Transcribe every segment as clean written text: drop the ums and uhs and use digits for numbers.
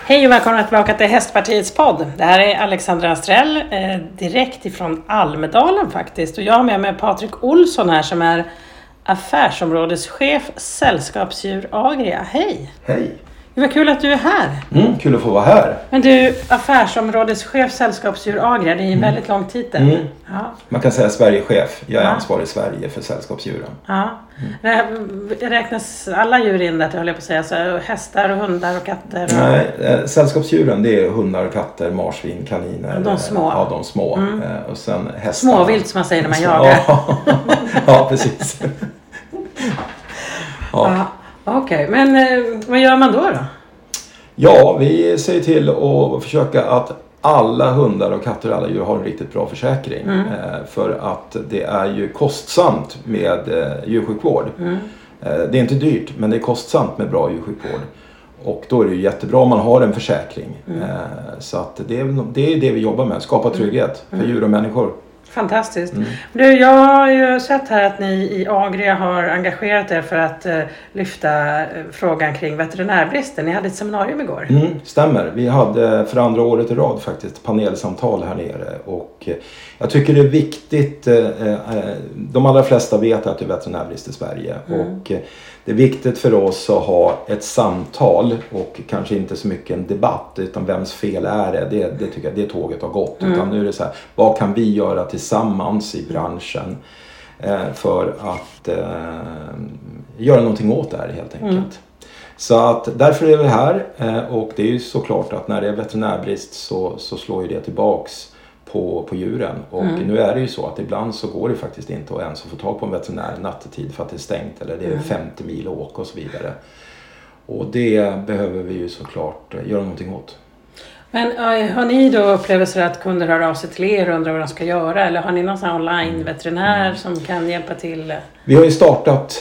Hej och välkomna tillbaka till Hästpartiets podd. Det här är Alexandra Astrell, direkt ifrån Almedalen faktiskt. Och jag har med mig Patrik Olsson här som är affärsområdeschef Sällskapsdjur Agria. Hej! Hej! Det var kul att du är här. Kul att få vara här. Men du, affärsområdeschef Sällskapsdjur Agria, det är en väldigt lång titel. Ja. Man kan säga Sverigechef. Jag är ansvarig i Sverige för sällskapsdjuren. Ja. Räknas alla djur in där, höll jag på att säga? Så hästar och hundar och katter? Och... Nej, sällskapsdjuren det är hundar och katter, marsvin, kaniner. De små? Ja, de små. Och sen hästar. Småvilt som man säger när man jagar. Ja, precis. Ja. Okej, men vad gör man då? Ja, vi säger till att försöka att alla hundar och katter och alla djur har en riktigt bra försäkring. För att det är ju kostsamt med djursjukvård. Det är inte dyrt, men det är kostsamt med bra djursjukvård. Och då är det ju jättebra om man har en försäkring. Så att det är det vi jobbar med, skapa trygghet för djur och människor. Fantastiskt. Du, jag har ju sett här att ni i Agria har engagerat er för att lyfta frågan kring veterinärbristen. Ni hade ett seminarium igår. Stämmer. Vi hade för andra året i rad faktiskt panelsamtal här nere. Och jag tycker det är viktigt. De allra flesta vet att det är veterinärbrist i Sverige. Och det är viktigt för oss att ha ett samtal och kanske inte så mycket en debatt utan vems fel är det? Det tycker jag, det tåget har gått. Utan nu är det så här, vad kan vi göra tillsammans i branschen för att göra någonting åt det här helt enkelt. Så att därför är vi här och det är ju såklart att när det är veterinärbrist så slår ju det tillbaks på djuren. Och nu är det ju så att ibland så går det faktiskt inte att ens få tag på en veterinär nattetid för att det är stängt eller det är 50 mil att åka och så vidare. Och det behöver vi ju såklart göra någonting åt. Men har ni då upplevelser att kunder hör av sig till er och undrar vad de ska göra? Eller har ni någon sån online-veterinär som kan hjälpa till? Vi har ju startat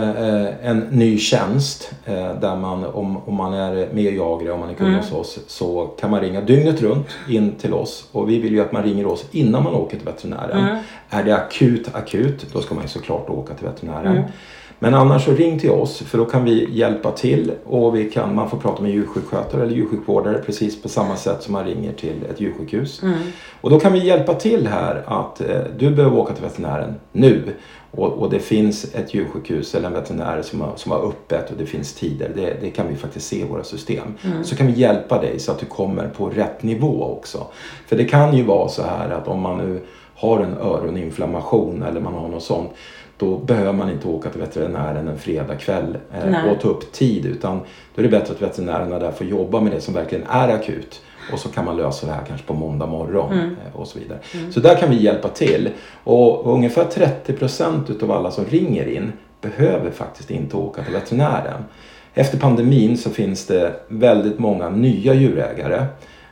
en ny tjänst där man, om man är med i Agria, om man är kund hos oss, så kan man ringa dygnet runt in till oss. Och vi vill ju att man ringer oss innan man åker till veterinären. Är det akut, då ska man ju såklart åka till veterinären. Men annars så ring till oss för då kan vi hjälpa till och man får prata med djursjukskötare eller djursjukvårdare precis på samma sätt som man ringer till ett djursjukhus. Och då kan vi hjälpa till här att du behöver åka till veterinären nu och det finns ett djursjukhus eller en veterinär som har öppet och det finns tider. Det kan vi faktiskt se i våra system. Så kan vi hjälpa dig så att du kommer på rätt nivå också. För det kan ju vara så här att om man nu har en öroninflammation eller man har något sånt, då behöver man inte åka till veterinären en fredag kväll och ta upp tid. Utan då är det bättre att veterinärerna där får jobba med det som verkligen är akut. Och så kan man lösa det här kanske på måndag morgon och så vidare. Så där kan vi hjälpa till. Och ungefär 30% av alla som ringer in behöver faktiskt inte åka till veterinären. Efter pandemin så finns det väldigt många nya djurägare.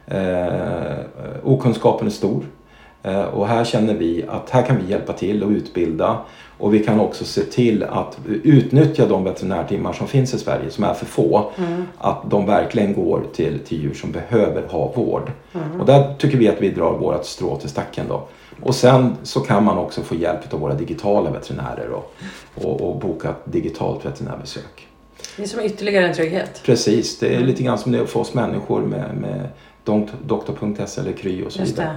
Okunskapen är stor. Och här känner vi att här kan vi hjälpa till och utbilda. Och vi kan också se till att utnyttja de veterinärtimmar som finns i Sverige som är för få. Att de verkligen går till djur som behöver ha vård. Och där tycker vi att vi drar vårat strå till stacken då. Och sen så kan man också få hjälp av våra digitala veterinärer och boka ett digitalt veterinärbesök. Det är som ytterligare en trygghet. Precis, det är lite grann som det är för oss människor med doktor.se eller Kry och så vidare.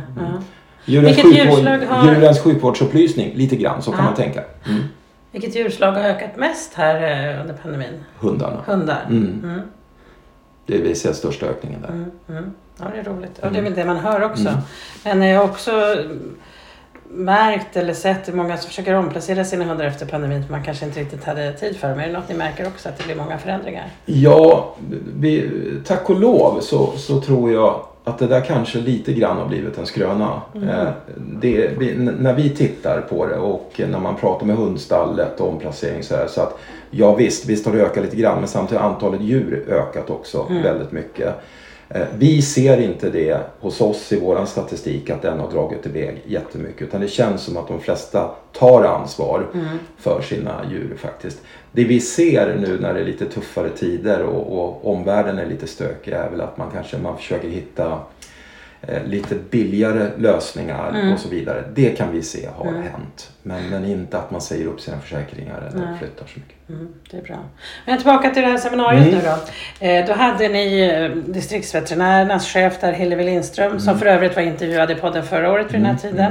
Djurens sjukvårdsupplysning, lite grann, så kan man tänka. Vilket djurslag har ökat mest här under pandemin? Hundar. Det vill säga största ökningen där. Ja, det är roligt. Och det är väl det man hör också. Men jag har också märkt eller sett många som försöker omplacera sina hundar efter pandemin som man kanske inte riktigt hade tid för. Men är det något ni märker också att det blir många förändringar? Ja, tack och lov så tror jag att det där kanske lite grann har blivit en skröna. När vi tittar på det och när man pratar med hundstallet och omplacering så att ja visst har det ökat lite grann men samtidigt har antalet djur ökat också väldigt mycket. Vi ser inte det hos oss i våran statistik att den har dragit iväg jättemycket utan det känns som att de flesta tar ansvar för sina djur faktiskt. Det vi ser nu när det är lite tuffare tider och omvärlden är lite stökig är väl att man försöker hitta lite billigare lösningar och så vidare. Det kan vi se har hänt. Men inte att man säger upp sina försäkringar eller flyttar så mycket. Det är bra. Men tillbaka till det här seminariet nu då. Då hade ni distriktsveterinärernas chef där, Hillevi Lindström, som för övrigt var intervjuad i podden förra året vid den här tiden.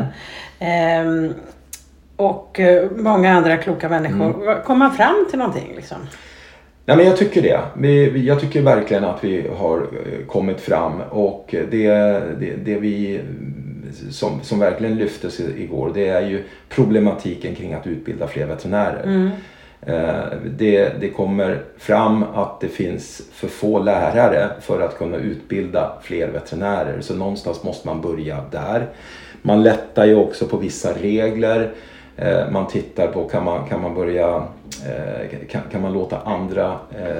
Och många andra kloka människor. Kom man fram till någonting liksom? Nej, men jag tycker det. Jag tycker verkligen att vi har kommit fram, och det vi som verkligen lyftes igår, det är ju problematiken kring att utbilda fler veterinärer. Det kommer fram att det finns för få lärare för att kunna utbilda fler veterinärer, så någonstans måste man börja där. Man lättar ju också på vissa regler. Man tittar på kan man börja kan man låta andra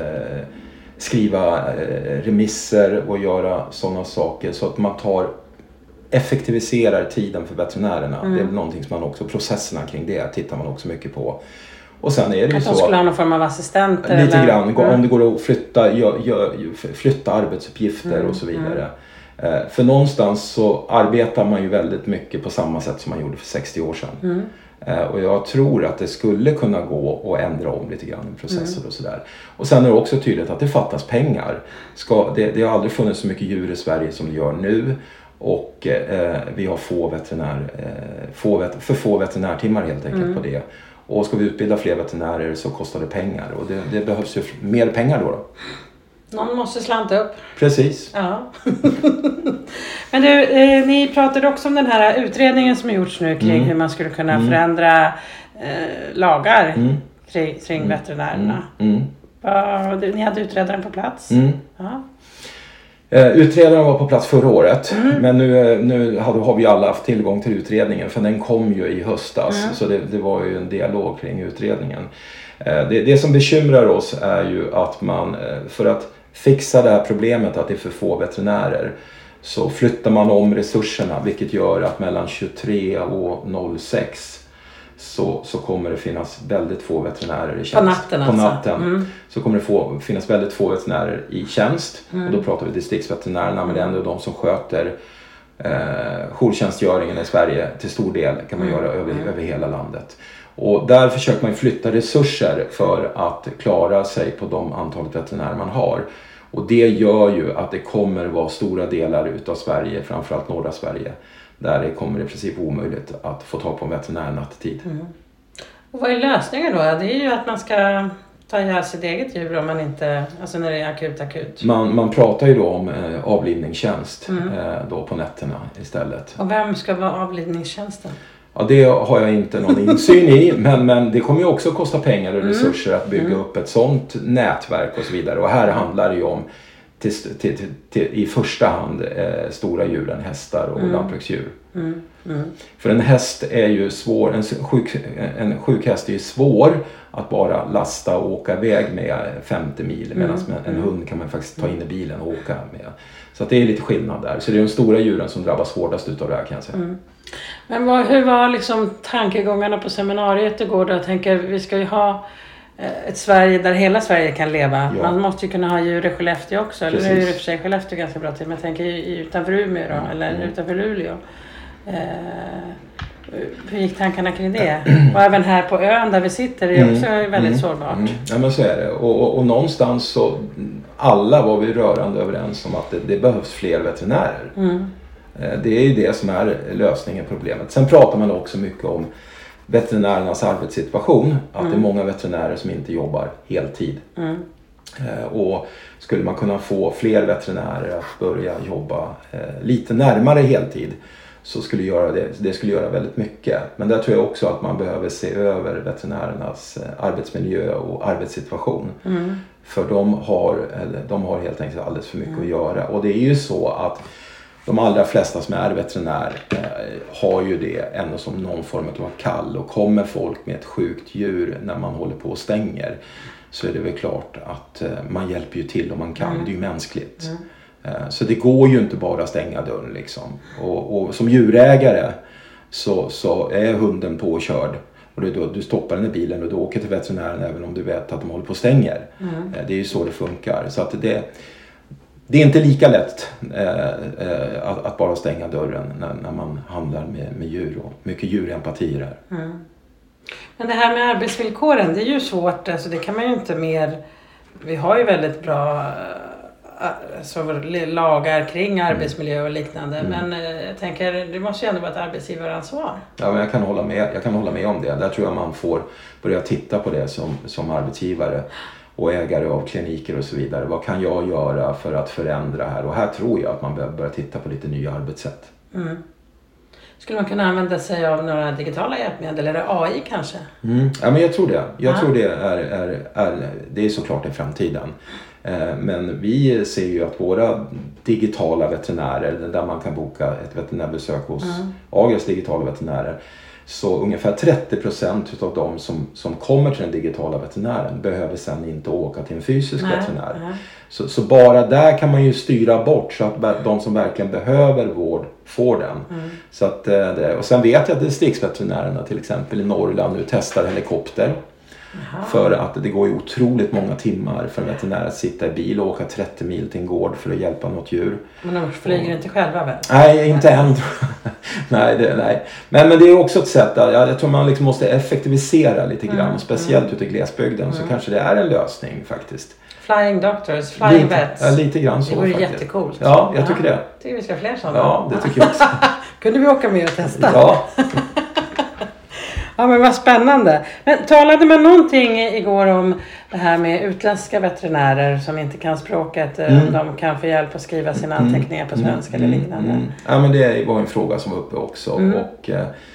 skriva remisser och göra sådana saker, så att man effektiviserar tiden för veterinärerna. Det är väl någonting som man också, processerna kring det tittar man också mycket på. Och sen är det ju att så de skulle ha någon form av assistenter lite eller? grann, om det går att flytta arbetsuppgifter och så vidare. För någonstans så arbetar man ju väldigt mycket på samma sätt som man gjorde för 60 år sedan. Och jag tror att det skulle kunna gå att ändra om lite grann i processer och sådär. Och sen är det också tydligt att det fattas pengar. Det har aldrig funnits så mycket djur i Sverige som det gör nu. Och vi har för få veterinärtimmar helt enkelt på det. Och ska vi utbilda fler veterinärer så kostar det pengar. Och det behövs ju mer pengar då. Någon måste slanta upp. Precis. Ja. Men du, ni pratade också om den här utredningen som har gjorts nu kring hur man skulle kunna förändra lagar kring veterinärerna. Ni hade utredaren på plats. Ja. Utredaren var på plats förra året, men nu har vi alla haft tillgång till utredningen, för den kom ju i höstas, så det var ju en dialog kring utredningen. Det som bekymrar oss är ju att man, för att fixa det här problemet att det är för få veterinärer, så flyttar man om resurserna, vilket gör att mellan 23 och 06 så kommer det finnas väldigt få veterinärer i tjänst. På natten alltså. Så kommer det finnas väldigt få veterinärer i tjänst. Och då pratar vi distriktsveterinärerna, men det är ändå de som sköter jourtjänstgöringen i Sverige till stor del, kan man göra över hela landet. Och där försöker man flytta resurser för att klara sig på de antalet veterinärer man har. Och det gör ju att det kommer vara stora delar utav Sverige, framförallt norra Sverige, där det kommer i princip omöjligt att få tag på en veterinär nattetid. Och vad är lösningen då? Det är ju att man ska ta ihjäl sitt eget djur om man inte, alltså när det är akut. Man pratar ju då om avlivningstjänst då på nätterna istället. Och vem ska vara avlivningstjänsten? Ja, det har jag inte någon insyn i, men det kommer ju också kosta pengar och resurser att bygga upp ett sånt nätverk och så vidare. Och här handlar det ju om i första hand stora djuren, hästar och lantbruksdjur. För en häst är ju svår, en sjuk häst är ju svår att bara lasta och åka iväg med 50 mil, medan en hund kan man faktiskt ta in i bilen och åka med. Så att det är lite skillnad där. Så det är de stora djuren som drabbas hårdast utav det här, kan jag säga. Men hur var liksom tankegångarna på seminariet igår då? Jag tänker, vi ska ju ha ett Sverige där hela Sverige kan leva. Ja. Man måste ju kunna ha djur i Skellefteå också. Precis. Eller nu är det för sig Skellefteå ganska bra till. Men jag tänker utanför Umeå då, eller utanför Luleå. Hur gick tankarna kring det? Och även här på ön där vi sitter är det också väldigt sårbart. Ja, men så är det. Och någonstans så alla var vi rörande överens om att det behövs fler veterinärer. Det är ju det som är lösningen på problemet. Sen pratar man också mycket om veterinärernas arbetssituation. Att det är många veterinärer som inte jobbar heltid. Och skulle man kunna få fler veterinärer att börja jobba lite närmare heltid, så skulle det skulle göra väldigt mycket. Men där tror jag också att man behöver se över veterinärernas arbetsmiljö och arbetssituation. För de har helt enkelt alldeles för mycket att göra. Och det är ju så att de allra flesta som är veterinär har ju det ändå som någon form av kall. Och kommer folk med ett sjukt djur när man håller på och stänger, så är det väl klart att man hjälper ju till om man kan. Det är ju mänskligt. Så det går ju inte bara att stänga dörren liksom. Och som djurägare så är hunden påkörd. Och du stoppar den i bilen och du åker till veterinären även om du vet att de håller på och stänger. Det är ju så det funkar. Så att det är inte lika lätt att bara stänga dörren när man handlar med djur och mycket djurempati där. Men det här med arbetsvillkoren, det är ju svårt. Alltså det kan man ju inte mer... Vi har ju väldigt bra lagar kring arbetsmiljö och liknande. Men jag tänker, det måste ju ändå vara ett arbetsgivaransvar. Ja, men jag kan hålla med om det. Där tror jag man får börja titta på det som arbetsgivare och ägare av kliniker och så vidare. Vad kan jag göra för att förändra här? Och här tror jag att man behöver börja titta på lite nya arbetssätt. Skulle man kunna använda sig av några digitala hjälpmedel eller AI kanske? Ja, men jag tror det. Jag tror det är såklart i framtiden. Men vi ser ju att våra digitala veterinärer, där man kan boka ett veterinärbesök hos Agrias digitala veterinärer, så ungefär 30% av de som kommer till den digitala veterinären behöver sen inte åka till en fysisk veterinär. Så bara där kan man ju styra bort så att de som verkligen behöver vård får den. Så att, och sen vet jag att distriktsveterinärerna till exempel i Norrland nu testar helikopter. För att det går ju otroligt många timmar för en veterinär att sitta i bil och åka 30 mil till en gård för att hjälpa något djur. Men de flyger inte själva väl? Nej, inte än. nej. Men det är också ett sätt, jag tror man liksom måste effektivisera lite grann. Speciellt ute i glesbygden så kanske det är en lösning faktiskt. Flying doctors, flying vets. Ja, lite grann så. Det vore faktiskt jättecoolt. Ja, jag tycker det. Tycker vi ska ha fler sådana. Ja, det tycker jag också. Kunde vi åka med och testa? Ja. Ja, men vad spännande. Men talade man någonting igår om det här med utländska veterinärer som inte kan språket, om de kan få hjälp att skriva sina anteckningar på svenska eller liknande? Ja, men det var en fråga som var uppe också och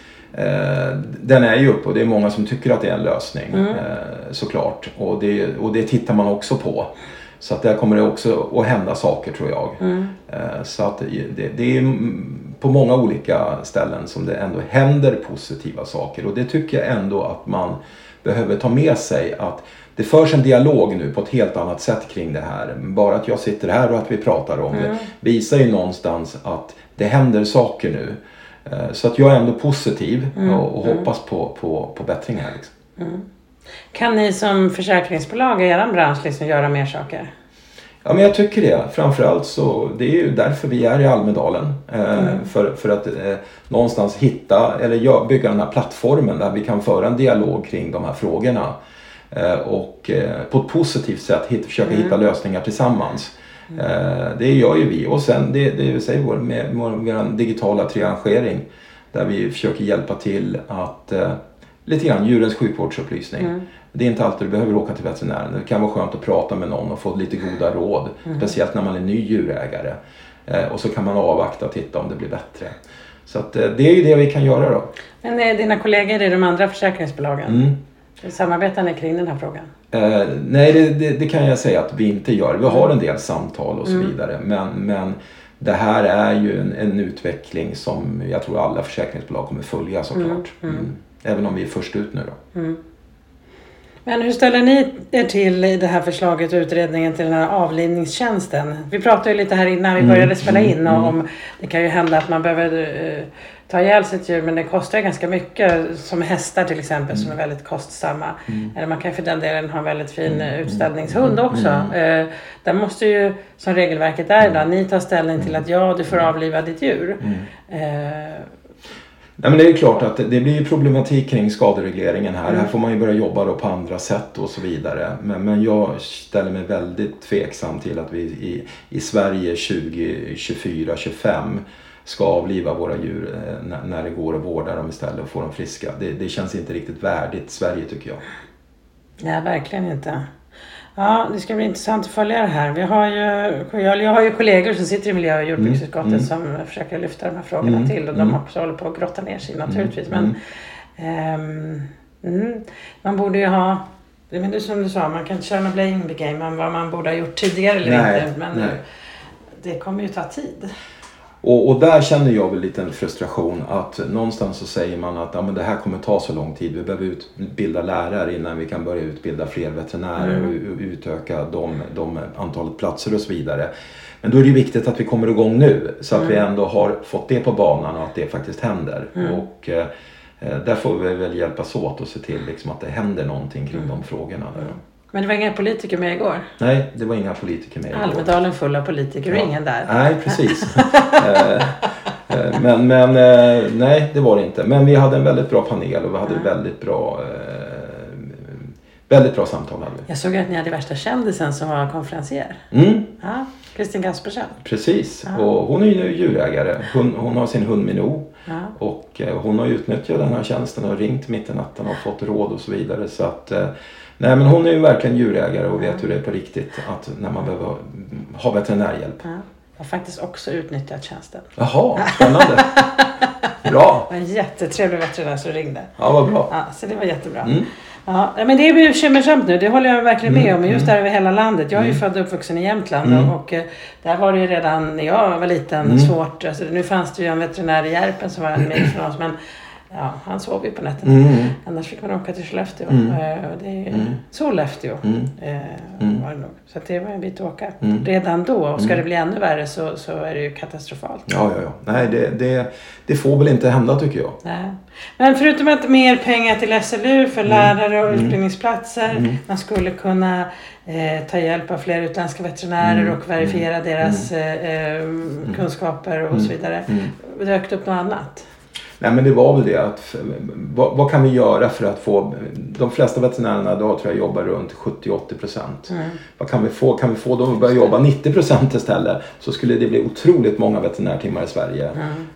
den är ju uppe och det är många som tycker att det är en lösning såklart och det tittar man också på. Så att där kommer det också att hända saker tror jag. Så att det är på många olika ställen som det ändå händer positiva saker. Och det tycker jag ändå att man behöver ta med sig. Att det förs en dialog nu på ett helt annat sätt kring det här. Bara att jag sitter här och att vi pratar om det visar ju någonstans att det händer saker nu. Så att jag är ändå positiv och hoppas på bättring här. Liksom. Kan ni som försäkringsbolag i er bransch liksom göra mer saker? Ja, men jag tycker det. Framförallt så det är ju därför vi är i Almedalen. För att någonstans hitta eller bygga den här plattformen där vi kan föra en dialog kring de här frågorna. Och på ett positivt sätt försöka hitta lösningar tillsammans. Det gör ju vi. Och sen det vill säga med vår digitala triangering där vi försöker hjälpa till att lite grann djurens sjukvårdsupplysning. Det är inte alltid du behöver åka till veterinären. Det kan vara skönt att prata med någon och få lite goda råd. Speciellt när man är ny djurägare. Och så kan man avvakta och titta om det blir bättre. Så att, det är ju det vi kan göra då. Men är dina kollegor i de andra försäkringsbolagen? Samarbetar ni kring den här frågan? Nej, det kan jag säga att vi inte gör. Vi har en del samtal och så vidare. Men det här är ju en utveckling som jag tror alla försäkringsbolag kommer följa såklart. Även om vi är först ut nu då. Men hur ställer ni er till det här förslaget och utredningen till den här avlivningstjänsten? Vi pratade ju lite här innan vi började spela in om det kan ju hända att man behöver ta ihjäl sitt djur men det kostar ganska mycket som hästar till exempel som är väldigt kostsamma. Eller man kan för den delen ha en väldigt fin utställningshund också. Där måste ju som regelverket är idag ni tar ställning till att du får avliva ditt djur. Nej, men det är klart att det blir problematik kring skaderegleringen här. Här får man ju börja jobba då på andra sätt och så vidare. Men jag ställer mig väldigt tveksam till att vi i Sverige 2024-25 ska avliva våra djur när det går att vårda dem istället och få dem friska. Det känns inte riktigt värdigt Sverige tycker jag. Nej, verkligen inte. Ja, det ska bli intressant att följa det här. Jag har ju kollegor som sitter i miljö- och jordbruksutskottet som försöker lyfta de här frågorna till. Och de också håller på att grotta ner sig naturligtvis. Men man borde ju ha... Men det är som du sa, man kan inte köra någon blame game om vad man borde ha gjort tidigare eller inte. Men det kommer ju ta tid. Och där känner jag väl lite en frustration att någonstans så säger man att men det här kommer ta så lång tid. Vi behöver utbilda lärare innan vi kan börja utbilda fler veterinärer och utöka de antalet platser och så vidare. Men då är det ju viktigt att vi kommer igång nu så att vi ändå har fått det på banan och att det faktiskt händer. Och där får vi väl hjälpas åt och se till liksom att det händer någonting kring de frågorna. Där. Men det var inga politiker med igår? Nej, det var inga politiker med igår. Almedalen full av politiker och ingen där? Nej, precis. men nej, det var det inte. Men vi hade en väldigt bra panel och vi hade väldigt bra samtal. Jag såg att ni hade värsta kändisen som var konferencier. Ja, Kristin Kaspersen. Precis, och hon är ju djurägare. Hon har sin hund Minou. Och hon har utnyttjat den här tjänsten och ringt mitt i natten och fått råd och så vidare. Så att, nej, men hon är ju verkligen djurägare och vet hur det är på riktigt att när man behöver ha veterinärhjälp. Jag har faktiskt också utnyttjat tjänsten. Jaha, spännande. Bra. Det var en jättetrevlig veterinär som ringde. Ja, vad bra. Ja, så det var jättebra. Ja, men det är ju bekymmersamt nu, det håller jag verkligen med om, just där över hela landet. Jag är ju född och uppvuxen i Jämtland och där var det ju redan när jag var liten svårt. Alltså, nu fanns det ju en veterinär i Järpen som var en med från oss, men ja, han sov ju på nätterna. Annars fick man åka till Skellefteå. Det är ju Sollefteå var det nog. Så att det var en bit att åka. Redan då, och ska det bli ännu värre så är det ju katastrofalt. Ja. Nej, det får väl inte hända tycker jag. Nej. Men förutom att mer pengar till SLU för lärare och utbildningsplatser. Man skulle kunna ta hjälp av fler utländska veterinärer och verifiera deras kunskaper och så vidare. Dök upp något annat? Nej, men det var väl det att vad kan vi göra för att få de flesta veterinärerna idag tror jag jobbar runt 70-80%. Vad kan vi få? Kan vi få dem att börja jobba 90% istället, så skulle det bli otroligt många veterinärtimmar i Sverige.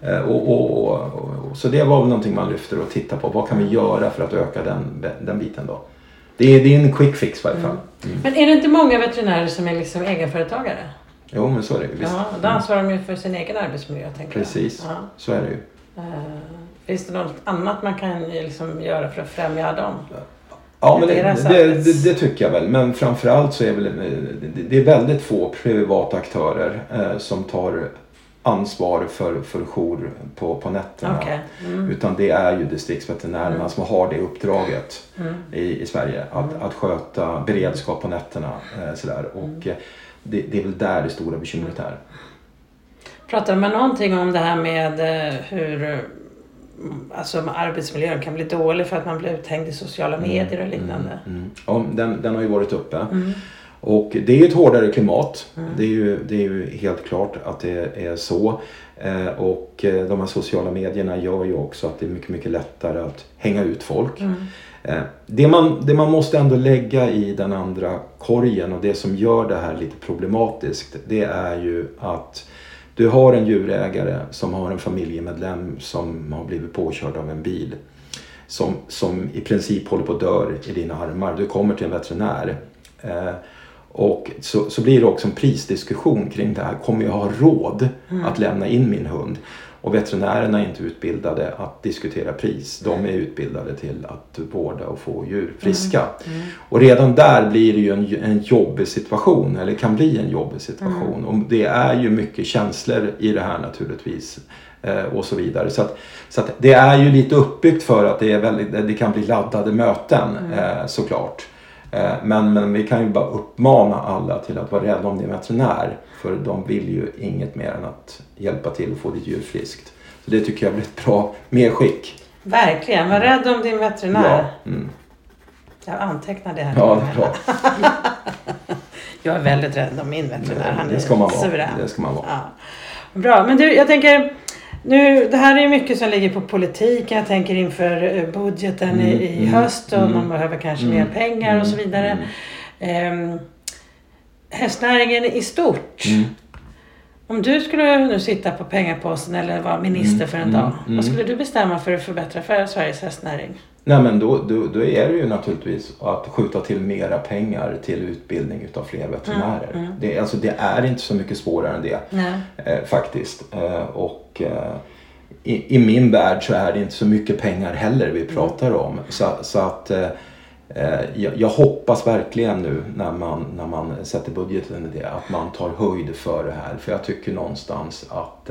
Så det var väl någonting man lyfter och tittar på. Vad kan vi göra för att öka den biten då? Det är en quick fix i varje fall. Men är det inte många veterinärer som är liksom egenföretagare? Jo, men så är det visst. Ja, då ansvarar de ju för sin egen arbetsmiljö, tänker Precis, så är det ju. Finns det något annat man kan liksom göra för att främja dem? Ja, men det tycker jag väl. Men framförallt så är det är väldigt få privata aktörer som tar ansvar för jour på nätterna. Okay. Utan det är ju distriktsveterinärerna som har det uppdraget i Sverige. Att sköta beredskap på nätterna. Sådär. Och det är väl där det stora bekymret är. Pratar man någonting om det här med hur arbetsmiljön kan bli dålig för att man blir uthängd i sociala medier och liknande? Ja, den har ju varit uppe. Och det är ju ett hårdare klimat. Det är ju helt klart att det är så. Och de här sociala medierna gör ju också att det är mycket, mycket lättare att hänga ut folk. Det man måste ändå lägga i den andra korgen, och det som gör det här lite problematiskt, det är ju att du har en djurägare som har en familjemedlem som har blivit påkörd av en bil. Som i princip håller på att dö i dina armar. Du kommer till en veterinär. Och så blir det också en prisdiskussion kring det här. Kommer jag ha råd att lämna in min hund? Och veterinärerna är inte utbildade att diskutera pris. De är utbildade till att vårda och få djur friska. Och redan där blir det ju en jobbig situation. Eller kan bli en jobbig situation. Och det är ju mycket känslor i det här naturligtvis. Och så vidare. Så att det är ju lite uppbyggt för att det kan bli laddade möten såklart. Men vi kan ju bara uppmana alla till att vara rädda om din veterinär. För de vill ju inget mer än att hjälpa till att få ditt djur friskt. Så det tycker jag blir ett bra medskick. Verkligen, var rädd om din veterinär. Ja. Jag antecknar det här. Ja, det är bra. Jag är väldigt rädd om min veterinär. Han det ska man vara. suverän. Det ska man vara. Ja. Bra, men du, jag tänker... Nu, det här är mycket som ligger på politiken. Jag tänker inför budgeten i höst och man behöver kanske mer pengar och så vidare. Hästnäringen i stort. Om du skulle nu sitta på pengaposten eller vara minister för en dag. Vad skulle du bestämma för att förbättra för Sveriges hästnäring? Nej, men då är det ju naturligtvis att skjuta till mera pengar till utbildning utav fler veterinärer. Det är inte så mycket svårare än det. Faktiskt. Och i min värld så är det inte så mycket pengar heller vi pratar om. Så att jag hoppas verkligen nu när man sätter budgeten i det, att man tar höjd för det här. För jag tycker någonstans att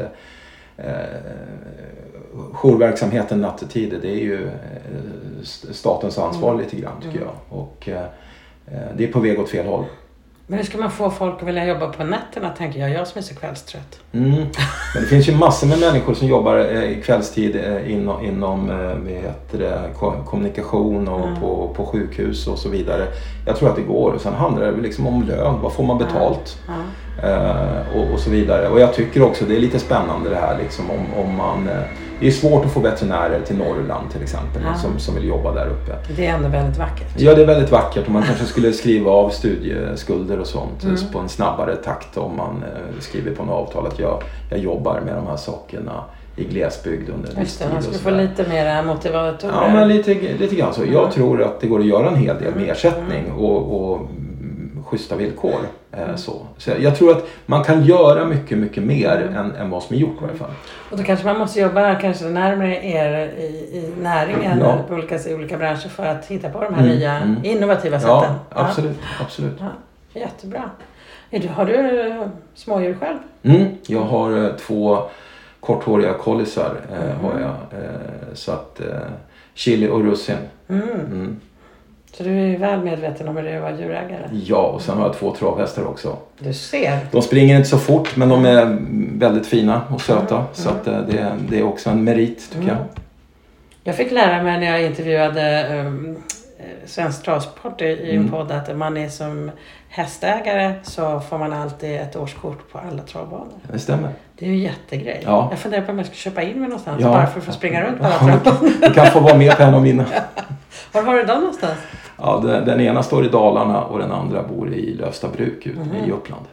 jourverksamheten nattetid, det är ju statens ansvar lite grann tycker jag. Och det är på väg åt fel håll. Men hur ska man få folk att vilja jobba på nätterna, tänker jag som är så kvällstrött? Men det finns ju massor med människor som jobbar kvällstid inom kommunikation och på sjukhus och så vidare. Jag tror att det går. Och sen handlar det liksom om lön. Vad får man betalt? Och så vidare. Och jag tycker också det är lite spännande det här liksom om man... Det är svårt att få veterinärer till Norrland till exempel som vill jobba där uppe. Det är ändå väldigt vackert. Ja, det är väldigt vackert och man kanske skulle skriva av studieskulder och sånt på en snabbare takt om man skriver på en avtal att jag jobbar med de här sakerna i glesbygd under en viss tid. Man skulle få lite mer motivatorer. Ja, men lite grann så. Jag tror att det går att göra en hel del med ersättning och schyssta villkor. Så jag tror att man kan göra mycket, mycket mer än vad som är gjort i alla fall. Och då kanske man måste jobba kanske närmare er i näringen på olika branscher för att hitta på de här nya innovativa sätten. Ja, absolut. Ja, jättebra. Har du smådjur själv? Jag har 2 korthåriga kollisar har jag. Så att chili och russin. Så du är väl medveten om hur det är att vara djurägare? Ja, och sen har jag 2 travhästar också. Du ser. De springer inte så fort, men de är väldigt fina och söta. Så att det är också en merit tycker jag. Jag fick lära mig när jag intervjuade Svensk Travsport i en podd att man är som hästägare så får man alltid ett årskort på alla travbanor. Det stämmer. Det är ju jättegrej. Ja. Jag funderar på om jag ska köpa in mig någonstans bara för att få springa runt på alla travbanor. Du kan få vara med på en av mina. Var har du dem någonstans? Ja, den ena står i Dalarna och den andra bor i Lövstabruk ute i Uppland.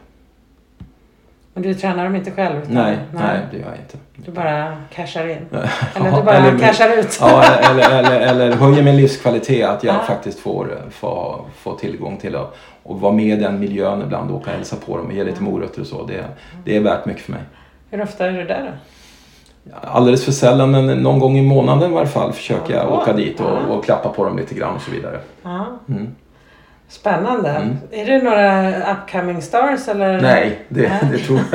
Men du tränar dem inte själv? Nej, det gör jag inte. Du bara cashar in? Eller du bara cashar ut? Ja, eller höjer min livskvalitet att jag faktiskt får tillgång till att vara med i den miljön ibland och åka och hälsa på dem och ge lite morötter och så. Det är värt mycket för mig. Hur ofta är du där då? Alldeles för sällan, men någon gång i månaden i varje fall försöker jag åka dit och klappa på dem lite grann och så vidare. Spännande. Är det några upcoming stars eller? Nej, det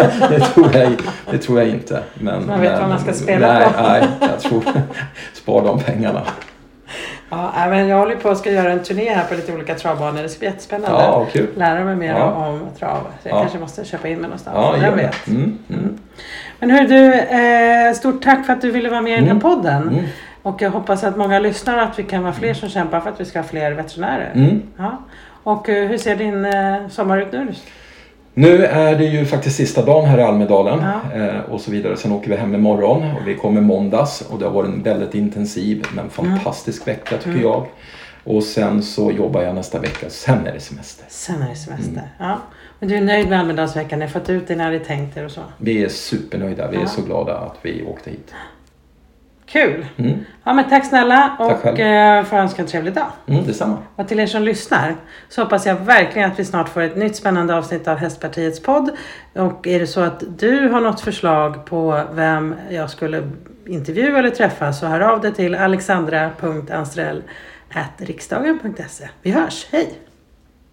tror jag inte. Men, man vet vad man ska spela på. Nej, jag tror spar de pengarna. Ja, men jag håller på att ska göra en turné här på lite olika travbanor. Det ska bli jättespännande. Ja, kul. Lära mig mer om trav. Så jag kanske måste köpa in mig någonstans. Ja, jag vet. Men hör du, stort tack för att du ville vara med i den här podden. Och jag hoppas att många lyssnar och att vi kan vara fler som kämpar för att vi ska ha fler veterinärer. Ja. Och hur ser din sommar ut nu? Nu är det ju faktiskt sista dagen här i Almedalen och så vidare. Sen åker vi hem imorgon och vi kommer måndags. Och det har varit en väldigt intensiv men fantastisk vecka tycker jag. Och sen så jobbar jag nästa vecka. Sen är det semester. Ja. Men du är nöjd med Almedalsveckan? Ni har fått ut det när ni tänkte och så? Vi är supernöjda. Vi är så glada att vi åkte hit. Kul! Ja, men tack snälla och får önska en trevlig dag. Detsamma. Och till er som lyssnar så hoppas jag verkligen att vi snart får ett nytt spännande avsnitt av Hästpartiets podd. Och är det så att du har något förslag på vem jag skulle intervjua eller träffa så hör av dig till alexandra.anstrell@riksdagen.se. Vi hörs, hej!